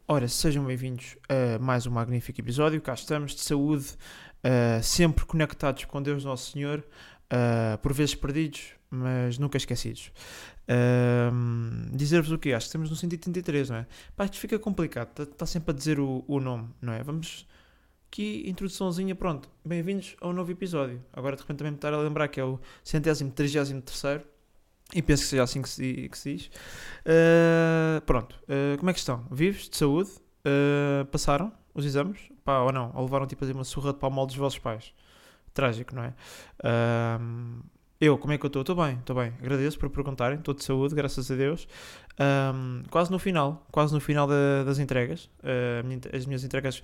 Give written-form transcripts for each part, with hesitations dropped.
Ora, sejam bem-vindos a mais um magnífico episódio. Cá estamos, de saúde, sempre conectados com Deus Nosso Senhor, por vezes perdidos, mas nunca esquecidos. Dizer-vos o quê? Acho que estamos no 133, não é? Pá, isto fica complicado, está sempre a dizer o nome, não é? Vamos aqui, introduçãozinha, pronto. Bem-vindos a um novo episódio. Agora de repente também me estar a lembrar que é o 133º. E penso que seja assim que se diz. Pronto, como é que estão? Vivos? De saúde? Passaram os exames? Pá, ou não? Ou levaram tipo a dizer uma surra de palmol dos vossos pais? Trágico, não é? Como é que eu estou? Estou bem. Agradeço por perguntarem. Estou de saúde, graças a Deus. Quase no final das entregas. As minhas entregas.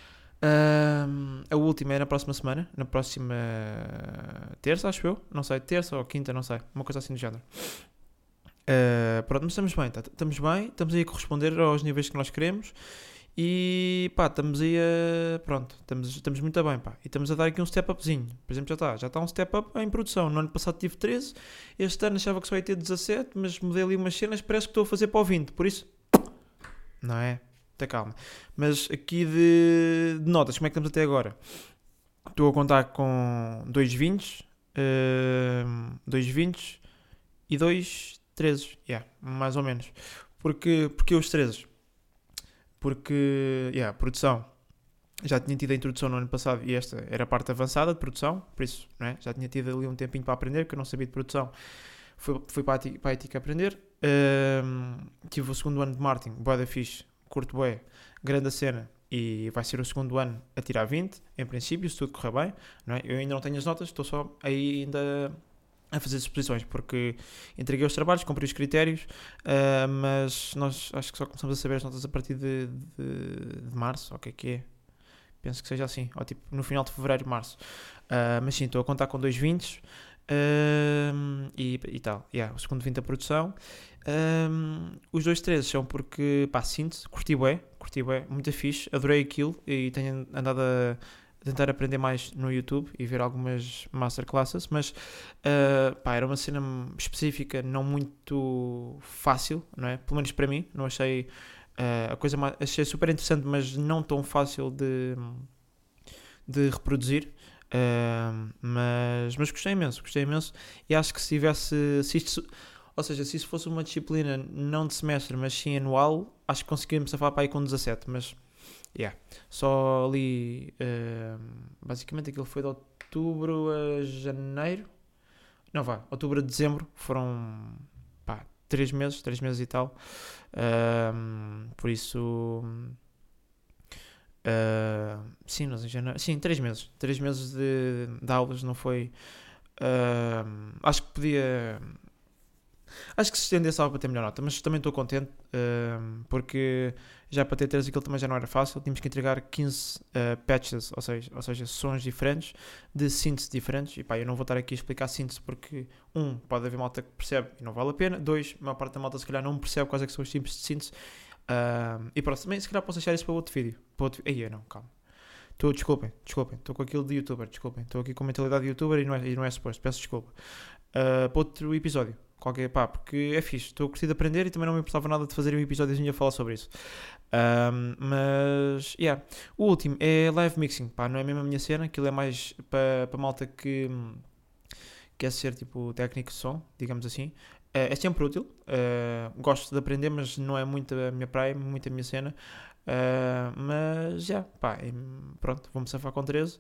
A última é na próxima semana, na próxima terça, acho eu, não sei, terça ou quinta, não sei, uma coisa assim do género. Pronto, mas estamos bem, estamos aí a corresponder aos níveis que nós queremos e pá, estamos aí a, pronto, estamos muito bem, pá, e estamos a dar aqui um step upzinho. Por exemplo, já está um step up em produção. No ano passado tive 13, este ano achava que só ia ter 17, mas mudei ali umas cenas, parece que estou a fazer para o 20, por isso, não é? Tenha calma. Mas aqui de notas, como é que estamos até agora? Estou a contar com 2 20, 2 20 e 2 13. Mais ou menos. Porque os 13? Porque, produção. Já tinha tido a introdução no ano passado e esta era a parte avançada de produção, por isso, não é? Já tinha tido ali um tempinho para aprender, porque eu não sabia de produção. Fui para a ética aprender. Tive o segundo ano de marketing, bué da fixe. Curto bué, grande a cena, e vai ser o segundo ano a tirar 20, em princípio, se tudo correr bem, não é? Eu ainda não tenho as notas, estou só aí ainda a fazer suposições, porque entreguei os trabalhos, cumpri os critérios, mas nós acho que só começamos a saber as notas a partir de março, ou o que é? Penso que seja assim, ou tipo no final de fevereiro, março. Mas sim, estou a contar com 2 20 e tal, o segundo 20 da produção. Os 2 13 são porque, pá, síntese, curti bué, muito fixe, adorei aquilo e tenho andado a tentar aprender mais no YouTube e ver algumas masterclasses, mas era uma cena específica, não muito fácil, não é? Pelo menos para mim, não achei a coisa mais, achei super interessante, mas não tão fácil de reproduzir. Mas gostei imenso e acho que se isso fosse uma disciplina não de semestre, mas sim anual, acho que conseguiríamos safar para aí com 17, mas só ali basicamente aquilo foi de outubro a janeiro, não vá, outubro a dezembro, foram 3 meses e tal, por isso sim, nós em janeiro, sim, 3 meses de aulas, não foi, acho que se estendesse algo para ter melhor nota, mas também estou contente, porque já para ter 3 aquilo também já não era fácil, tínhamos que entregar 15 patches, ou seja, sons diferentes, de síntese diferentes, e pá, eu não vou estar aqui a explicar síntese porque, pode haver malta que percebe e não vale a pena, 2, a maior parte da malta se calhar não percebe quais é que são os tipos de síntese, e pronto, também se calhar posso deixar isso para outro vídeo, não, calma. Desculpem, estou com aquilo de youtuber, estou aqui com a mentalidade de youtuber e não é suposto, peço desculpa. Para outro episódio, porque é fixe, estou a curtir de aprender e também não me importava nada de fazer um episódiozinho a falar sobre isso. Mas, o último é live mixing, não é mesmo a minha cena, aquilo é mais para malta que quer ser tipo técnico de som, digamos assim. É sempre útil, gosto de aprender, mas não é muito a minha praia, muito a minha cena. Mas pronto, vou-me safar com 13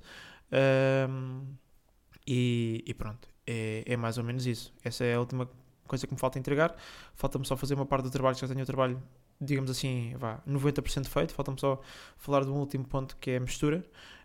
e pronto, é mais ou menos isso. Essa é a última coisa que me falta entregar. Falta-me só fazer uma parte do trabalho, já tenho o trabalho, digamos assim, 90% feito. Falta-me só falar de um último ponto, que é a mistura.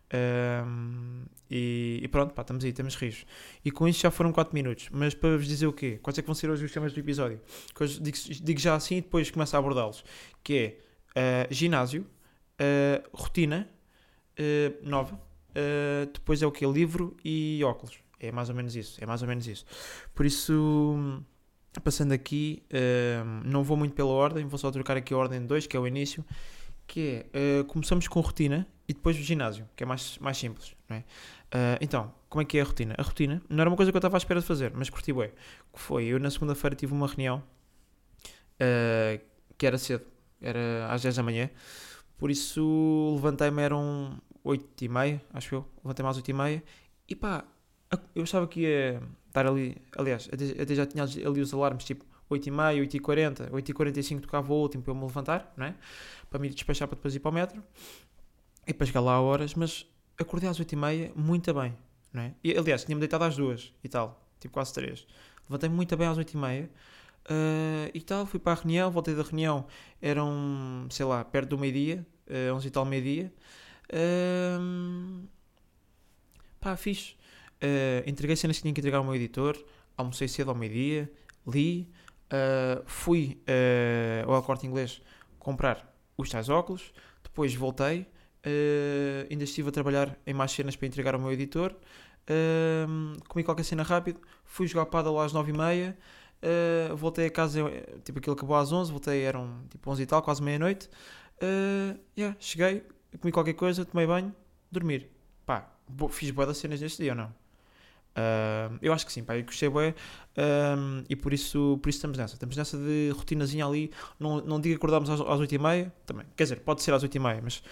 E pronto, estamos aí, temos rios. E com isso já foram 4 minutos. Mas para vos dizer o quê? Quais é que vão ser hoje os temas do episódio? Que hoje digo já assim e depois começo a abordá-los. Que é ginásio, rotina nova, depois é o quê? Livro e óculos. É mais ou menos isso. Por isso, passando aqui, não vou muito pela ordem, vou só trocar aqui a ordem de 2, que é o início, que é, começamos com rotina e depois o ginásio, que é mais simples, não é? Então, como é que é a rotina? A rotina não era uma coisa que eu estava à espera de fazer, mas curti bem. Que foi, eu na segunda-feira tive uma reunião, que era cedo, era às 10 da manhã, por isso levantei-me, eram 8h30, acho eu, levantei-me às 8h30, e pá, eu achava que ia estar ali, aliás, até já tinha ali os alarmes, tipo, 8h30, 8h40, 8h45 tocava o último para eu me levantar, não é? Para me despachar para depois ir para o metro, e para chegar lá a horas, mas acordei às 8h30 muito bem, não é? E, aliás, tinha-me deitado às 2 e tal, tipo quase 3. Levantei-me muito bem às 8h30 e tal, fui para a reunião, voltei da reunião, eram, sei lá, perto do meio-dia, 11 e tal meio-dia. Pá, fixe. Entreguei cenas que tinha que entregar ao meu editor, almocei cedo ao meio-dia, li, fui ao Corte Inglês comprar os tais óculos, depois voltei, ainda estive a trabalhar em mais cenas para entregar ao meu editor, comi qualquer cena rápido, fui jogar pádel às 9h30, voltei a casa, tipo aquilo acabou às 11, voltei, eram tipo 11 e tal, quase meia-noite, yeah, cheguei, comi qualquer coisa, tomei banho, dormir. Pá, fiz bué das cenas neste dia ou não? Eu acho que sim, pá, eu gostei bué, e por isso estamos nessa de rotinazinha ali, não digo acordarmos às 8h30, também, quer dizer, pode ser às 8h30, mas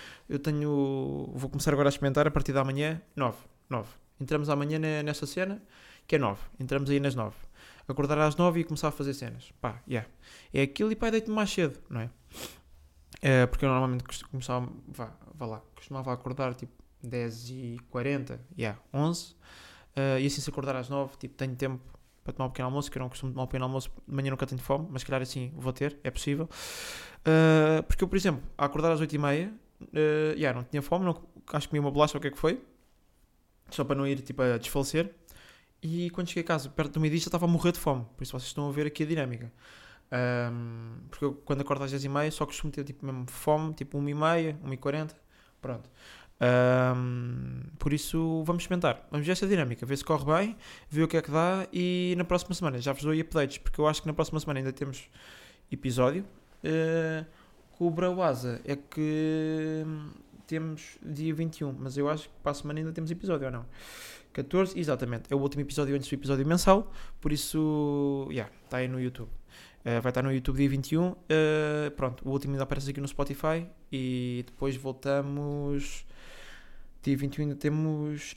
vou começar agora a experimentar a partir da manhã, 9, entramos amanhã nesta cena, que é 9, entramos aí nas 9, acordar às 9 e começar a fazer cenas, pá, yeah, é aquilo e pá, deito-me mais cedo, não é? Porque eu normalmente começava, costumava acordar tipo 10h40, 11, e assim se acordar às 9, tipo, tenho tempo para tomar um pequeno almoço, que eu não costumo tomar um pequeno almoço, de manhã nunca tenho fome, mas se calhar assim vou ter, é possível. Porque eu, por exemplo, a acordar às 8h30, não tinha fome, acho que comi uma bolacha ou o que é que foi, só para não ir tipo, a desfalecer. E quando cheguei a casa, perto do meio-dia, já estava a morrer de fome, por isso vocês estão a ver aqui a dinâmica. Porque eu, quando acordo às 10h30, só costumo ter tipo, mesmo fome, tipo 1h30, 1h40, pronto. Por isso vamos experimentar, vamos ver esta dinâmica, ver se corre bem, ver o que é que dá e na próxima semana já vos dou aí updates, porque eu acho que na próxima semana ainda temos episódio. Com o Brauasa é que temos dia 21, mas eu acho que para a semana ainda temos episódio ou não? 14, exatamente, é o último episódio antes do episódio mensal, por isso, está aí no YouTube. Vai estar no YouTube dia 21. Pronto, o último ainda aparece aqui no Spotify. E depois voltamos. Dia 21 ainda temos.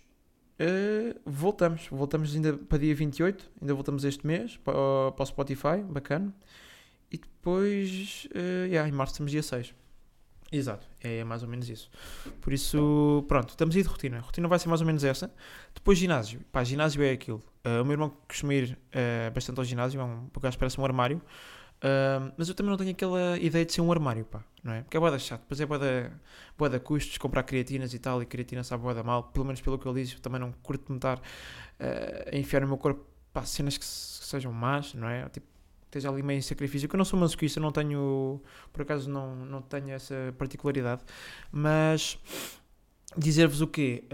Voltamos ainda para dia 28. Ainda voltamos este mês para o Spotify. Bacana. E depois. Em março temos dia 6. Exato, é mais ou menos isso. Por isso, pronto, estamos aí de rotina. A rotina vai ser mais ou menos essa. Depois, ginásio. Pá, ginásio é aquilo. O meu irmão costuma ir bastante ao ginásio, porque acho que parece um armário. Mas eu também não tenho aquela ideia de ser um armário, pá, não é? Porque é bué da chato. Depois é bué da custos, comprar creatinas e tal, e creatina sabe bué da mal. Pelo menos pelo que ele diz, eu também não curto-me estar a enfiar no meu corpo, pá, cenas que sejam más, não é? Tipo, esteja ali meio em sacrifício, que eu não sou masoquista, não tenho, por acaso não tenho essa particularidade, mas dizer-vos o quê?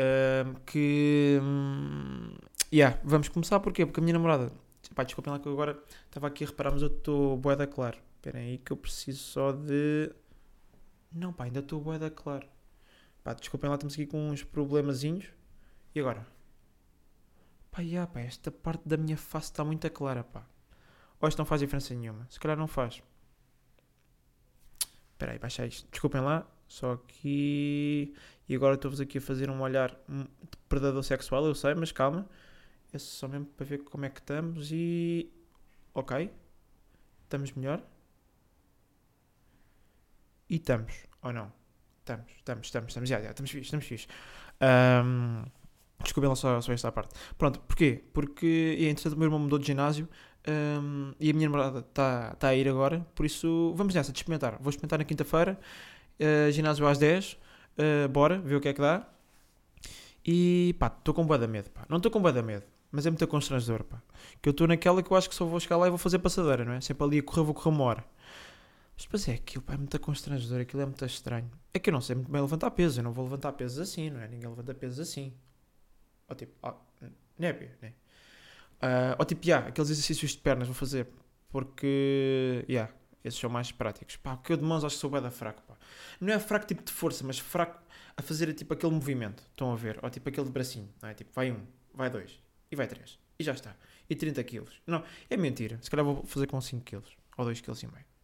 Vamos começar porquê? Porque a minha namorada, pá, desculpem lá que eu agora estava aqui a reparar, mas eu estou bué da claro, esperem aí que eu preciso só de, não pá, ainda estou bué da claro, pá, desculpem lá, estamos aqui com uns problemazinhos, e agora? Pá, esta parte da minha face está muito clara, pá. Ou isto não faz diferença nenhuma? Se calhar não faz. Espera aí, baixa isto. Desculpem lá. Só aqui... E agora estou-vos aqui a fazer um olhar de predador sexual, eu sei, mas calma. É só mesmo para ver como é que estamos e... Ok. Estamos melhor. E estamos. Ou não? Estamos. Já, estamos fixe. Desculpem lá só esta parte. Pronto, porquê? Porque, entretanto, o meu irmão mudou de ginásio e a minha namorada está a ir agora, por isso vamos nessa, de experimentar. Vou experimentar na quinta-feira, ginásio às 10, bora, ver o que é que dá. E pá, estou com bué de medo, pá. Não estou com bué de medo, mas é muito constrangedor, pá. Que eu estou naquela que eu acho que só vou chegar lá e vou fazer passadeira, não é? Sempre ali a correr, vou correr uma hora. Mas depois é aquilo, pá, é muito constrangedor, aquilo é muito estranho. É que eu não sei muito bem levantar pesos, eu não vou levantar pesos assim, não é? Ninguém levanta pesos assim. Ou tipo, népia, né? Ou tipo, aqueles exercícios de pernas vou fazer, porque, esses são mais práticos. Pá, o que eu de mãos acho que sou bué da fraco, pá. Não é fraco tipo de força, mas fraco a fazer tipo aquele movimento, estão a ver? Ou tipo aquele de bracinho, não é? Tipo, vai 1, vai 2, e vai 3, e já está. E 30 quilos. Não, é mentira. Se calhar vou fazer com 5 quilos, ou 2,5 kg.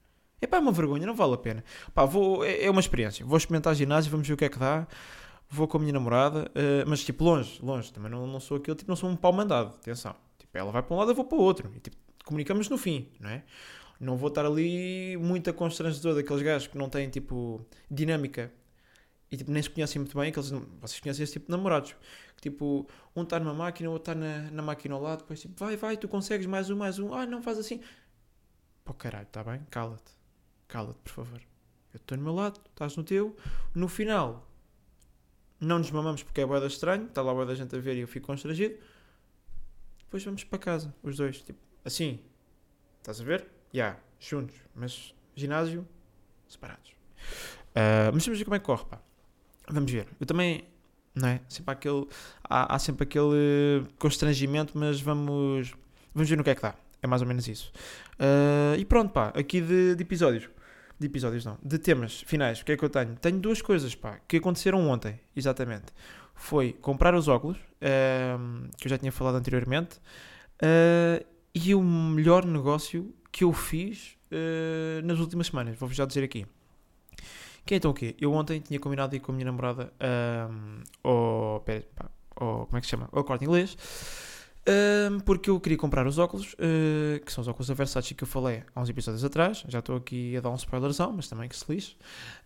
É uma vergonha, não vale a pena. Pá, é uma experiência. Vou experimentar ginásio, vamos ver o que é que dá. Vou com a minha namorada, mas tipo longe. Também não sou aquele, tipo, não sou um pau mandado. Atenção. Tipo, ela vai para um lado, eu vou para o outro. E tipo, comunicamos no fim, não é? Não vou estar ali muito constrangedor daqueles gajos que não têm, tipo, dinâmica e tipo, nem se conhecem muito bem. Vocês conhecem esse tipo de namorados. Que, tipo, um está numa máquina, o outro está na máquina ao lado. Depois, tipo, vai, tu consegues mais um. Ah, não faz assim. Pô, caralho, está bem? Cala-te, por favor. Eu estou no meu lado, estás no teu. No final, não nos mamamos porque é boeda estranho. Está lá a boeda gente a ver e eu fico constrangido. Depois vamos para casa, os dois. Tipo, assim, estás a ver? Juntos. Mas ginásio, separados. Mas vamos ver como é que corre, pá. Vamos ver. Eu também, não é? Há sempre aquele constrangimento, mas vamos ver no que é que dá. É mais ou menos isso. E pronto, pá. Aqui de episódios. De episódios não. De temas finais. O que é que eu tenho? Tenho duas coisas, pá. Que aconteceram ontem. Exatamente. Foi comprar os óculos. Que eu já tinha falado anteriormente. E o melhor negócio que eu fiz nas últimas semanas. Vou-vos já dizer aqui. Que é então o quê? Eu ontem tinha combinado ir com a minha namorada como é que se chama? Ao Corte Inglês. Porque eu queria comprar os óculos, que são os óculos da Versace que eu falei há uns episódios atrás. Já estou aqui a dar um spoilerzão, mas também que se lixe.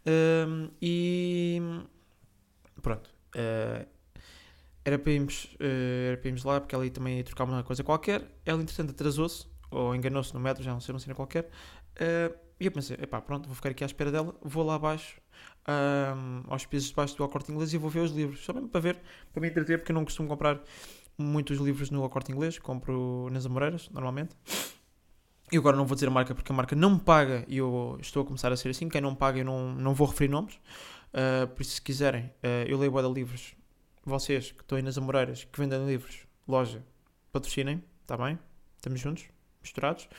E pronto. Era para irmos lá, porque ela ia também ia trocar uma coisa qualquer. Ela, entretanto, atrasou-se, ou enganou-se no metro, já não sei, uma cena qualquer. E eu pensei, pronto, vou ficar aqui à espera dela, vou lá abaixo, aos pisos de baixo do Al Corte Inglês e vou ver os livros, só mesmo para ver, para me entreter, porque eu não costumo comprar muitos livros no Al Corte Inglês, compro nas Amoreiras, normalmente. E agora não vou dizer a marca, porque a marca não me paga e eu estou a começar a ser assim, quem não me paga eu não vou referir nomes, por isso se quiserem, eu leio bué de livros, vocês que estão aí nas Amoreiras, que vendem livros, loja, patrocinem, está bem? Estamos juntos, misturados.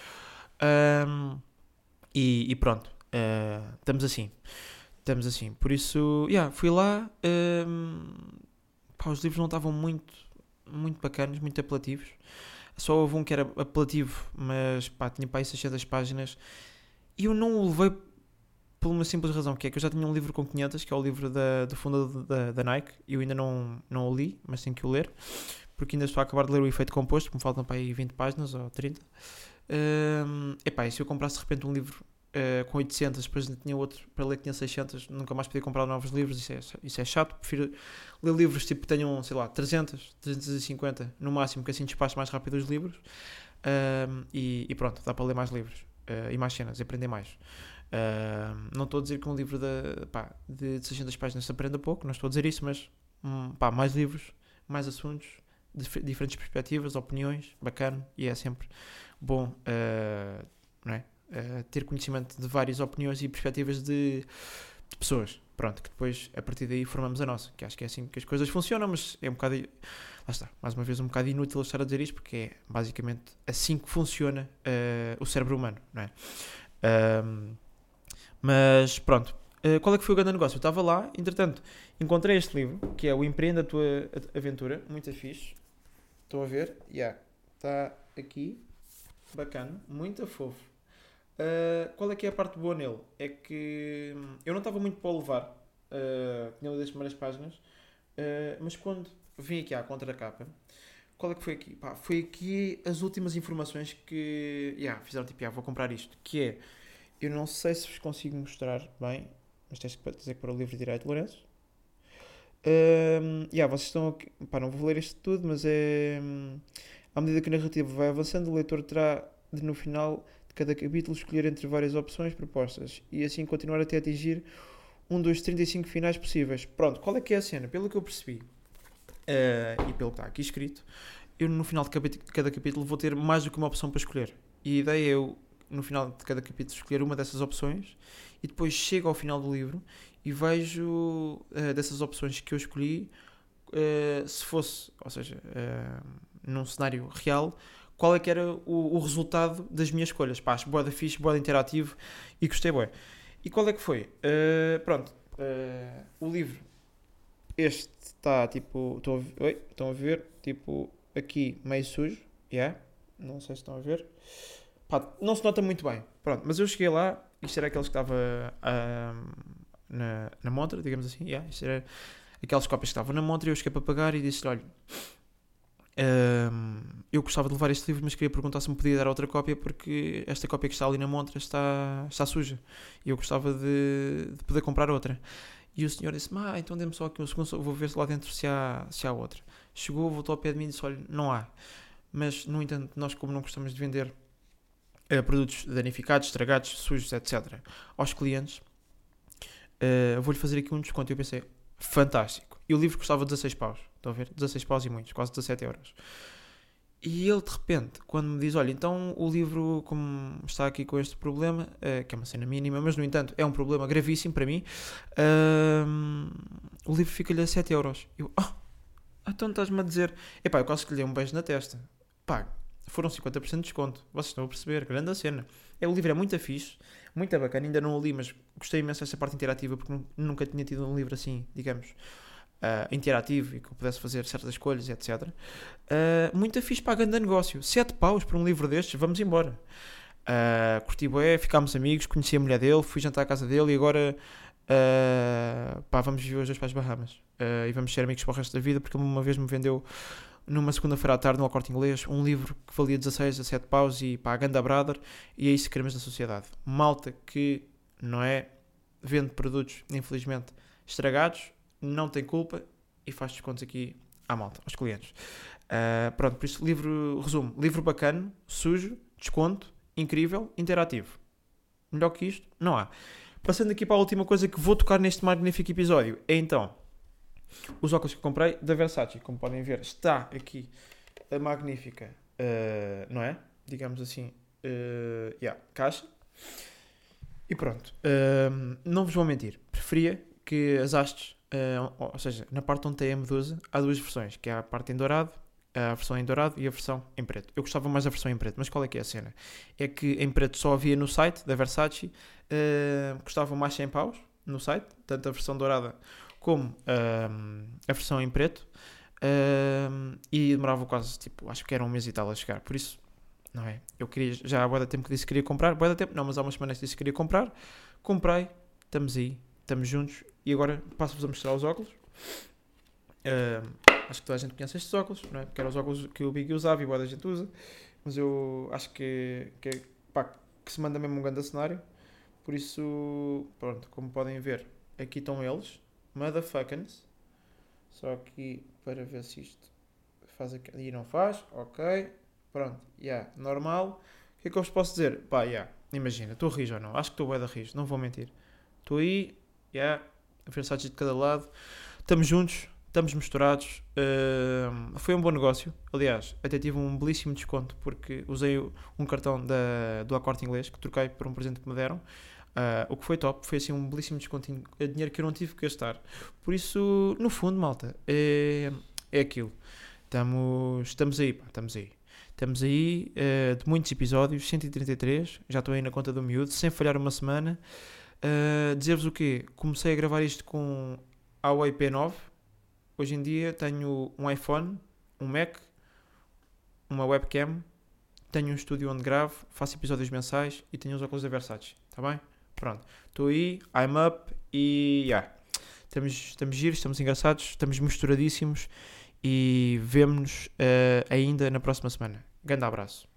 E pronto, estamos assim. Por isso, fui lá. Os livros não estavam muito, muito bacanas, muito apelativos. Só houve um que era apelativo, mas tinha para aí 600 páginas. E eu não o levei por uma simples razão, que é que eu já tinha um livro com 500, que é o livro do fundador da Nike. E eu ainda não o li, mas tenho que o ler. Porque ainda estou a acabar de ler o Efeito Composto, que me faltam para aí 20 páginas ou 30. E se eu comprasse de repente um livro com 800, depois tinha outro para ler que tinha 600, nunca mais podia comprar novos livros, isso é chato. Prefiro ler livros tipo que tenham, sei lá, 300, 350 no máximo, que assim despacho mais rápido os livros. E pronto, dá para ler mais livros e mais cenas, e aprender mais. Não estou a dizer que um livro de 600 páginas se aprenda pouco, não estou a dizer isso, mas mais livros, mais assuntos, diferentes perspectivas, opiniões, bacana, e é sempre bom, não é? Ter conhecimento de várias opiniões e perspectivas de pessoas, pronto, que depois a partir daí formamos a nossa, que acho que é assim que as coisas funcionam, mas é um bocado, lá está, mais uma vez um bocado inútil estar a dizer isto, porque é basicamente assim que funciona o cérebro humano, não é? Mas pronto, qual é que foi o grande negócio? Eu estava lá, entretanto, encontrei este livro, que é o Empreenda a Tua Aventura, muito fixe, estão a ver, está aqui, bacana, muito fofo. Qual é que é a parte boa nele? É que eu não estava muito para o levar, tinha lido as primeiras páginas, mas quando vim aqui à contracapa, qual é que foi aqui? Foi aqui as últimas informações que fizeram tipo, vou comprar isto, que é, eu não sei se vos consigo mostrar bem, mas tens que dizer que para o livro direito, Lourenço. Vocês estão aqui, não vou ler isto tudo, mas é à medida que a narrativa vai avançando, o leitor terá de, no final de cada capítulo, escolher entre várias opções propostas e assim continuar até atingir um dos 35 finais possíveis. Pronto, qual é que é a cena? Pelo que eu percebi e pelo que está aqui escrito, eu no final de cada capítulo vou ter mais do que uma opção para escolher. E a ideia é eu, no final de cada capítulo, escolher uma dessas opções e depois chego ao final do livro e vejo dessas opções que eu escolhi, se fosse, ou seja, num cenário real, qual é que era o resultado das minhas escolhas. Acho bué da fixe, bué da interativo e gostei bué. E qual é que foi? O livro, este está tipo, estão a ver, tipo, aqui meio sujo, não sei se estão a ver. Não se nota muito bem, pronto, mas eu cheguei lá isto era aqueles que estava na montra, digamos assim. Isto era aquelas cópias que estavam na montra e eu cheguei para pagar e disse: olha, eu gostava de levar este livro, mas queria perguntar se me podia dar outra cópia porque esta cópia que está ali na montra está suja e eu gostava de poder comprar outra. E o senhor disse: então dê-me só aqui um segundo, vou ver lá dentro se há outra. Chegou, voltou ao pé de mim e disse: olha, não há. Mas, no entanto, nós, como não gostamos de vender produtos danificados, estragados, sujos, etc., aos clientes, vou-lhe fazer aqui um desconto. E eu pensei: fantástico. E o livro custava 16 paus. Estão a ver? 16 paus e muitos, quase 17 euros. E ele, de repente, quando me diz: olha, então o livro, como está aqui com este problema, que é uma cena mínima, mas, no entanto, é um problema gravíssimo para mim, o livro fica-lhe a 7 euros. Eu: então estás-me a dizer... Epá, eu quase que lhe dei um beijo na testa. Pá, foram 50% de desconto. Vocês estão a perceber, grande a cena. O livro é muito fixe, muito bacana, ainda não o li, mas gostei imenso dessa parte interativa, porque nunca tinha tido um livro assim, digamos, interativo e que eu pudesse fazer certas escolhas, etc. Muito fixe para a grande negócio. 7 paus por um livro destes, vamos embora. Curti bué, ficámos amigos, conheci a mulher dele, fui jantar à casa dele e agora vamos viver os dois para as Bahamas. E vamos ser amigos para o resto da vida, porque ele uma vez me vendeu numa segunda-feira à tarde no Al Corte Inglês um livro que valia 16 a 7 paus e pá, a ganda brother, e é isso que queremos da sociedade. Malta que, não é, vende produtos, infelizmente, estragados, não tem culpa e faz descontos aqui à malta, aos clientes. Pronto, por isso, resumo, livro bacana, sujo, desconto, incrível, interativo. Melhor que isto, não há. Passando aqui para a última coisa que vou tocar neste magnífico episódio, é então os óculos que eu comprei da Versace. Como podem ver, está aqui a magnífica, não é? Digamos assim, caixa. E pronto, não vos vou mentir, preferia que as hastes, ou seja, na parte onde tem a medusa, há duas versões, que é a parte em dourado, a versão em dourado e a versão em preto. Eu gostava mais da versão em preto, mas qual é que é a cena? É que em preto só havia no site da Versace, custavam mais 100 paus no site, tanto a versão dourada como a versão em preto, e demorava quase, acho que era um mês e tal a chegar, por isso, não é? Eu queria, já há bué de tempo que disse que queria comprar, bué de tempo, não, mas há umas semanas que disse que queria comprar, comprei, estamos aí, estamos juntos, e agora passo-vos a mostrar os óculos. Acho que toda a gente conhece estes óculos, não é? Porque eram os óculos que o Biggie usava e boa da gente usa, mas eu acho que se manda mesmo um grande cenário. Por isso, pronto, como podem ver, aqui estão eles, motherfuckers. Só aqui para ver se isto faz aqui e não faz, ok, pronto, normal. O que é que eu vos posso dizer? Imagina, estou a rir ou não? Acho que estou bué da rir, não vou mentir. Estou aí, Versace de cada lado, estamos juntos. Estamos misturados, foi um bom negócio, aliás, até tive um belíssimo desconto, porque usei um cartão do Al Corte Inglês, que troquei por um presente que me deram, o que foi top, foi assim um belíssimo descontinho, dinheiro que eu não tive que gastar, por isso, no fundo, malta, é aquilo, estamos aí, estamos aí, de muitos episódios, 133, já estou aí na conta do miúdo, sem falhar uma semana, dizer-vos o quê? Comecei a gravar isto com a Huawei P9. Hoje em dia tenho um iPhone, um Mac, uma webcam, tenho um estúdio onde gravo, faço episódios mensais e tenho os óculos da Versace, está bem? Pronto, estou aí, I'm up e estamos giros, estamos engraçados, estamos misturadíssimos e vemo-nos ainda na próxima semana. Grande abraço.